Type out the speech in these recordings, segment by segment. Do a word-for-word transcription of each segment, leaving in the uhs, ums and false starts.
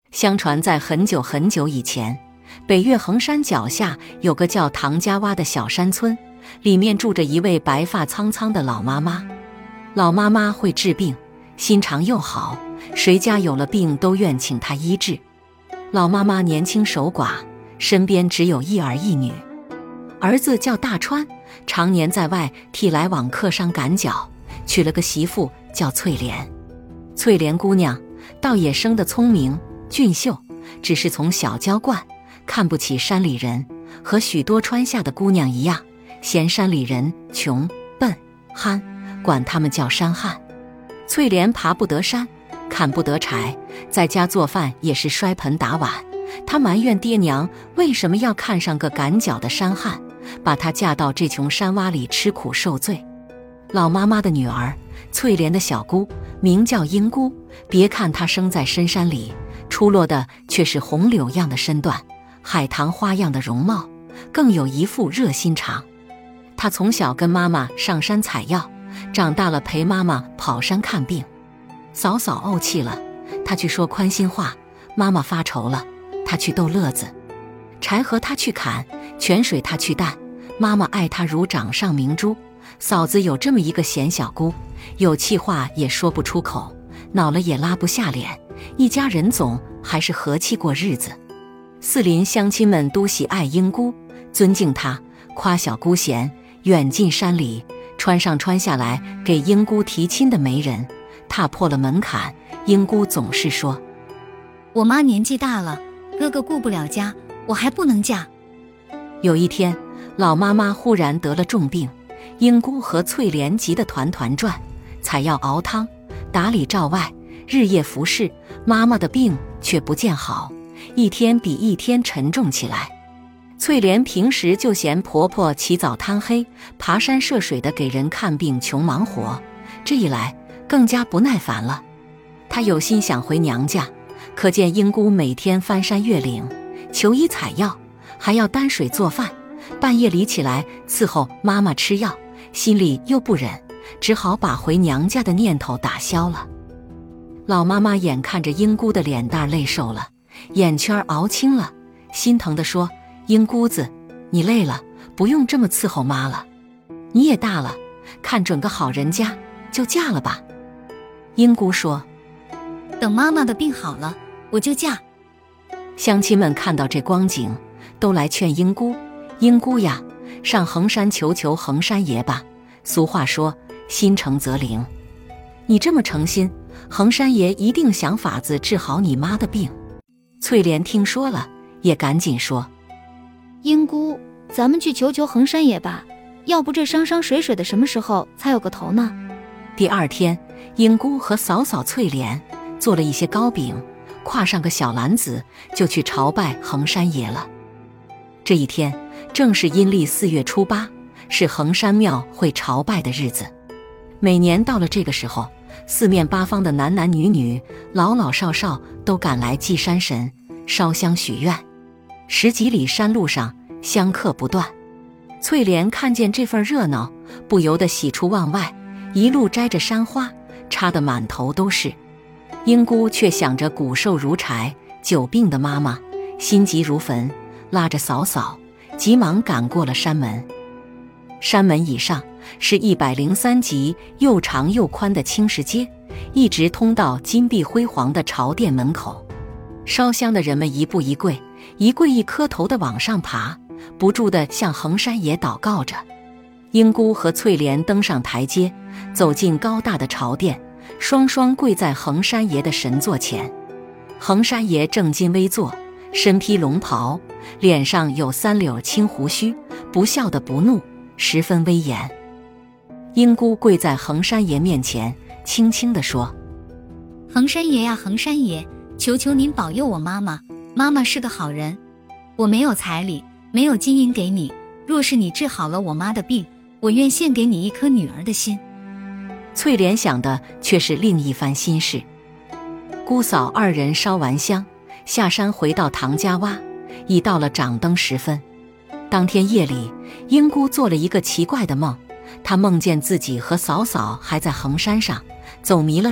相传在很久很久以前，北岳恒山脚下有个叫唐家洼的小山村，里面住着一位白发苍苍的老妈妈。老妈妈会治病，心肠又好，谁家有了病都愿请她医治。老妈妈年轻守寡，身边只有一儿一女。儿子叫大川，常年在外替来往客商赶脚，娶了个媳妇叫翠莲。翠莲姑娘倒也生得聪明俊秀，只是从小娇惯，看不起山里人，和许多川下的姑娘一样，嫌山里人穷笨憨，管他们叫山汉。翠莲爬不得山，砍不得柴，在家做饭也是摔盆打碗。她埋怨爹娘为什么要看上个赶脚的山汉，把她嫁到这穷山洼里吃苦受罪。老妈妈的女儿翠莲的小姑名叫英姑，别看她生在深山里，出落的却是红柳样的身段，海棠花样的容貌，更有一副热心肠。她从小跟妈妈上山采药，长大了陪妈妈跑山看病。嫂嫂怄气了，她去说宽心话；妈妈发愁了，她去逗乐子。柴禾她去砍，泉水她去担，妈妈爱她如掌上明珠。嫂子有这么一个贤小姑，有气话也说不出口，恼了也拉不下脸，一家人总还是和气过日子。四邻乡亲们都喜爱英姑，尊敬她，夸小姑贤，远近山里穿上穿下来给英姑提亲的媒人，踏破了门槛，英姑总是说： 我妈年纪大了，哥哥顾不了家，我还不能嫁。 有一天，老妈妈忽然得了重病，英姑和翠莲急得团团转，采药熬汤，打里照外，日夜服侍，妈妈的病却不见好，一天比一天沉重起来。翠莲平时就嫌婆婆起早贪黑，爬山涉水的给人看病穷忙活，这一来更加不耐烦了。她有心想回娘家，可见英姑每天翻山越岭，求医采药，还要担水做饭，半夜里起来伺候妈妈吃药，心里又不忍，只好把回娘家的念头打消了。老妈妈眼看着英姑的脸蛋累瘦了，眼圈熬青了，心疼地说：英姑子，你累了，不用这么伺候妈了，你也大了，看准个好人家就嫁了吧。英姑说： 等妈妈的病好了，我就嫁。 乡亲们看到这光景，都来劝英姑：英姑呀，上衡山求求衡山爷吧，俗话说心诚则灵，你这么诚心，衡山爷一定想法子治好你妈的病。翠莲听说了，也赶紧说： 英姑，咱们去求求衡山爷吧，要不这山山水水的什么时候才有个头呢？ 第二天，英姑和嫂嫂翠莲做了一些糕饼，挎上个小篮子，就去朝拜衡山爷了。这一天正是阴历四月初八，是衡山庙会朝拜的日子。每年到了这个时候，四面八方的男男女女、老老少少都赶来祭山神，烧香许愿。十几里山路上香客不断，翠莲看见这份热闹，不由得喜出望外，一路摘着山花，插得满头都是。英姑却想着骨瘦如柴、久病的妈妈，心急如焚，拉着嫂嫂急忙赶过了山门。山门以上是一百零三级又长又宽的青石阶，一直通到金碧辉煌的朝殿门口。烧香的人们一步一跪，一跪一磕头地往上爬，不住地向衡山爷祷告着。英姑和翠莲登上台阶，走进高大的朝殿，双双跪在衡山爷的神座前。衡山爷正襟危坐，身披龙袍，脸上有三绺青胡须，不笑的不怒，十分威严。英姑跪在衡山爷面前，轻轻地说： 衡山爷呀，衡山爷，求求您保佑我妈妈，妈妈是个好人，我没有彩礼，没有金银给你，若是你治好了我妈的病，我愿献给你一颗女儿的心。 翠莲想的却是另一番心事。姑嫂二人烧完香，下山回到唐家洼，已到了掌灯时分。当天夜里，英姑做了一个奇怪的梦，她梦见自己和嫂嫂还在衡山上，走迷了路，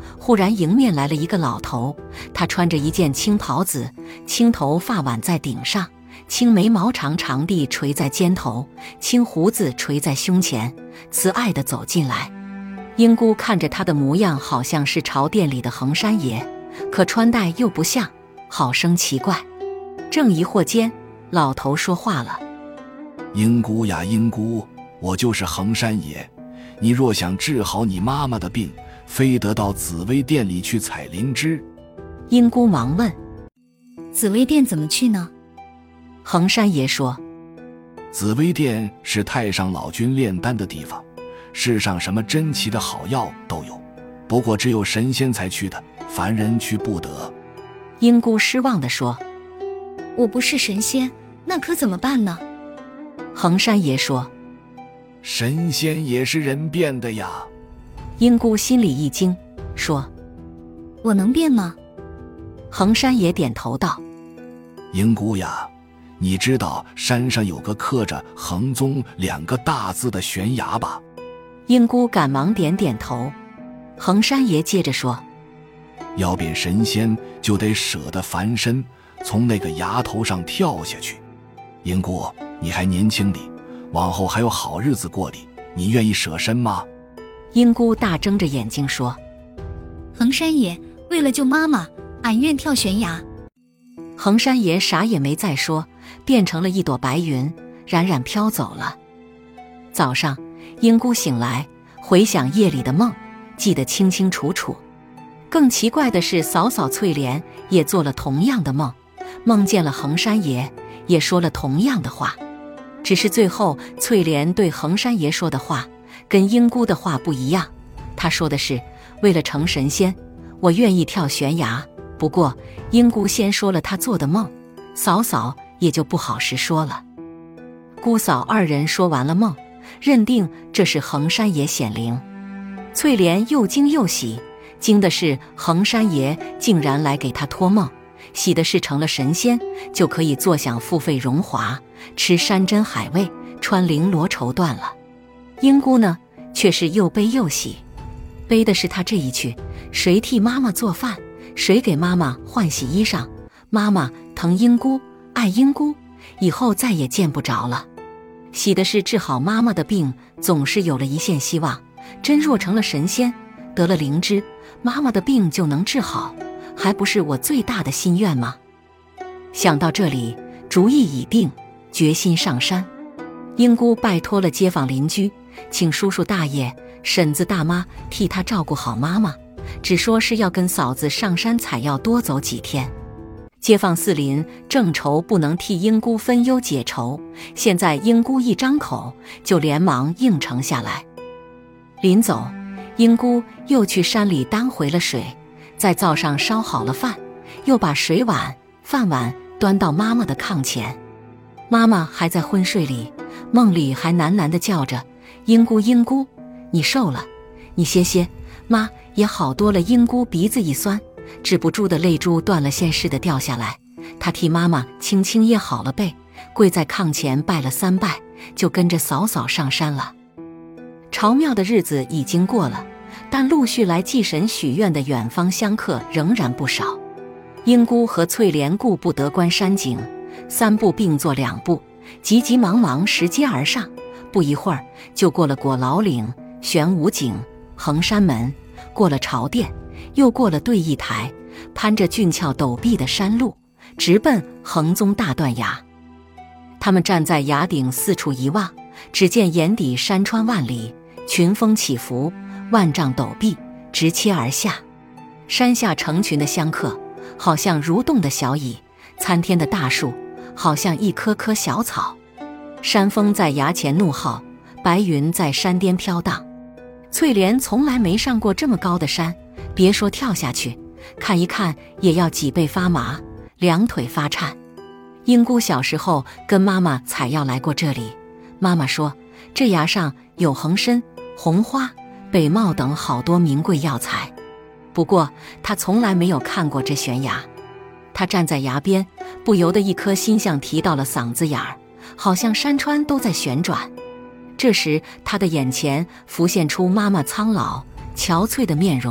忽然迎面来了一个老头，他穿着一件青袍子，青头发挽在顶上，青眉毛长长地垂在肩头，青胡子垂在胸前，慈爱地走进来。英姑看着他的模样，好像是朝店里的衡山爷，可穿戴又不像，好生奇怪。正疑惑间，老头说话了： 英姑呀英姑，我就是衡山爷，你若想治好你妈妈的病，非得到紫薇殿里去采灵芝。 英姑忙问： 紫薇殿怎么去呢？ 衡山爷说： 紫薇殿是太上老君炼丹的地方，世上什么珍奇的好药都有，不过只有神仙才去的，凡人去不得。 英姑失望地说： 我不是神仙，那可怎么办呢？ 衡山爷说： 神仙也是人变的呀。 英姑心里一惊，说： 我能变吗？ 衡山爷点头道： 英姑呀，你知道山上有个刻着衡宗两个大字的悬崖吧？ 英姑赶忙点点头。衡山爷接着说： 要变神仙就得舍得凡身，从那个崖头上跳下去。英姑，你还年轻哩，往后还有好日子过哩，你愿意舍身吗？ 英姑大睁着眼睛说： 衡山爷，为了救妈妈，俺愿跳悬崖。 衡山爷啥也没再说，变成了一朵白云，冉冉飘走了。早上，英姑醒来，回想夜里的梦，记得清清楚楚。更奇怪的是，嫂嫂翠莲也做了同样的梦，梦见了衡山爷，也说了同样的话。只是最后翠莲对衡山爷说的话跟英姑的话不一样，她说的是为了成神仙，我愿意跳悬崖。不过英姑先说了她做的梦，嫂嫂也就不好实说了。姑嫂二人说完了梦，认定这是衡山爷显灵。翠莲又惊又喜，惊的是衡山爷竟然来给她托梦，喜的是成了神仙就可以坐享付费荣华，吃山珍海味，穿绫罗绸缎了。英姑呢，却是又悲又喜。悲的是她这一去，谁替妈妈做饭，谁给妈妈换洗衣裳，妈妈疼英姑，爱英姑，以后再也见不着了。喜的是治好妈妈的病，总是有了一线希望。真若成了神仙，得了灵芝，妈妈的病就能治好，还不是我最大的心愿吗？想到这里，主意已定，决心上山。英姑拜托了街坊邻居，请叔叔大爷、婶子大妈替她照顾好妈妈，只说是要跟嫂子上山采药多走几天。街坊四邻正愁不能替英姑分忧解愁，现在英姑一张口，就连忙应承下来。临走，英姑又去山里担回了水，在灶上烧好了饭，又把水碗、饭碗端到妈妈的炕前。妈妈还在昏睡里，梦里还喃喃地叫着：英姑英姑，你瘦了，你歇歇。妈也好多了。英姑鼻子一酸，止不住的泪珠断了线似的掉下来。她替妈妈轻轻掖好了被，跪在炕前拜了三拜，就跟着嫂嫂上山了。朝庙的日子已经过了，但陆续来祭神许愿的远方香客仍然不少。英姑和翠莲顾不得观山景，三步并作两步，急急忙忙拾阶而上，不一会儿就过了果劳岭、玄武井、衡山门，过了朝殿，又过了对弈台，攀着峻峭陡壁的山路，直奔衡宗大断崖。他们站在崖顶四处一望，只见眼底山川万里，群峰起伏，万丈陡壁直切而下。山下成群的香客，好像蠕动的小蚁；参天的大树，好像一棵棵小草。山风在崖前怒号，白云在山巅飘荡。翠莲从来没上过这么高的山，别说跳下去，看一看也要脊背发麻，两腿发颤。英姑小时候跟妈妈采药来过这里，妈妈说这崖上有衡参、红花、北茂等好多名贵药材，不过她从来没有看过这悬崖。她站在崖边，不由得一颗心像提到了嗓子眼儿，好像山川都在旋转。这时她的眼前浮现出妈妈苍老憔悴的面容，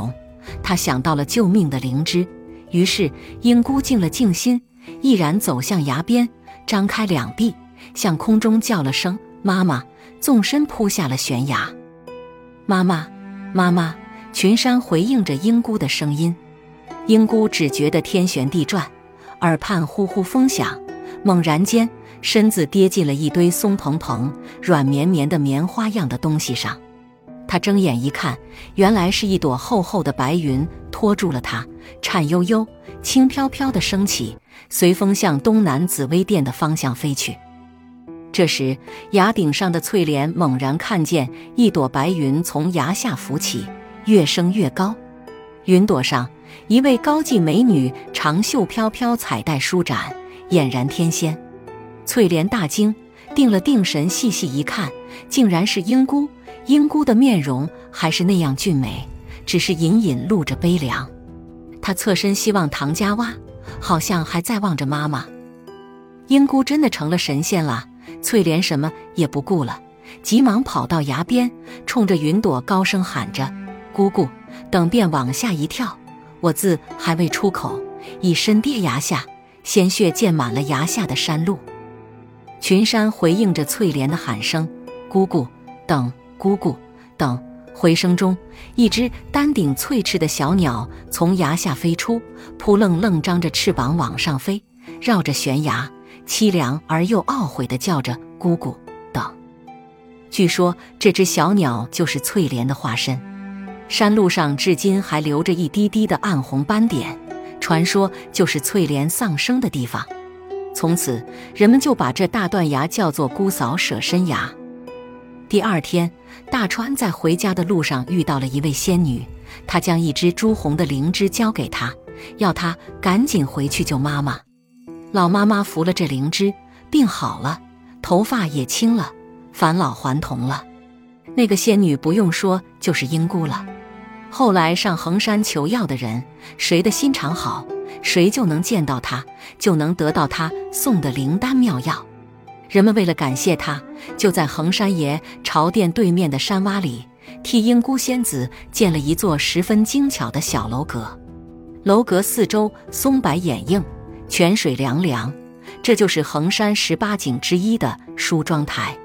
他想到了救命的灵芝，于是英姑静了静心，毅然走向崖边，张开两臂，向空中叫了声妈妈，纵身扑下了悬崖。妈妈，妈妈！群山回应着英姑的声音。英姑只觉得天旋地转，耳畔呼呼风响，猛然间身子跌进了一堆松蓬蓬、软绵绵的棉花样的东西上。她睁眼一看，原来是一朵厚厚的白云托住了她，颤悠悠、轻飘飘地升起，随风向东南紫薇殿的方向飞去。这时，崖顶上的翠莲猛然看见一朵白云从崖下浮起，越升越高。云朵上，一位高髻美女，长袖飘飘，彩带舒展，俨然天仙。翠莲大惊，定了定神，细细一看，竟然是英姑。英姑的面容还是那样俊美，只是隐隐露着悲凉。她侧身希望唐家洼，好像还在望着妈妈。英姑真的成了神仙了。翠莲什么也不顾了，急忙跑到崖边，冲着云朵高声喊着：姑姑，等便往下一跳，我字还未出口，已身跌崖下，鲜血溅满了崖下的山路。群山回应着翠莲的喊声：姑姑，等，姑姑，等。回声中，一只丹顶翠翅的小鸟从崖下飞出，扑棱棱张着翅膀往上飞，绕着悬崖，凄凉而又懊悔地叫着姑姑，等。据说这只小鸟就是翠莲的化身。山路上至今还留着一滴滴的暗红斑点，传说就是翠莲丧生的地方。从此，人们就把这大断崖叫做姑嫂舍身崖。第二天，大川在回家的路上遇到了一位仙女，她将一只朱红的灵芝交给他，要他赶紧回去救妈妈。老妈妈服了这灵芝，病好了，头发也青了，返老还童了。那个仙女不用说就是英姑了。后来上衡山求药的人，谁的心肠好，谁就能见到她，就能得到她送的灵丹妙药。人们为了感谢她，就在衡山爷朝殿对面的山洼里，替英姑仙子建了一座十分精巧的小楼阁。楼阁四周松柏掩映，泉水凉凉，这就是衡山十八景之一的梳妆台。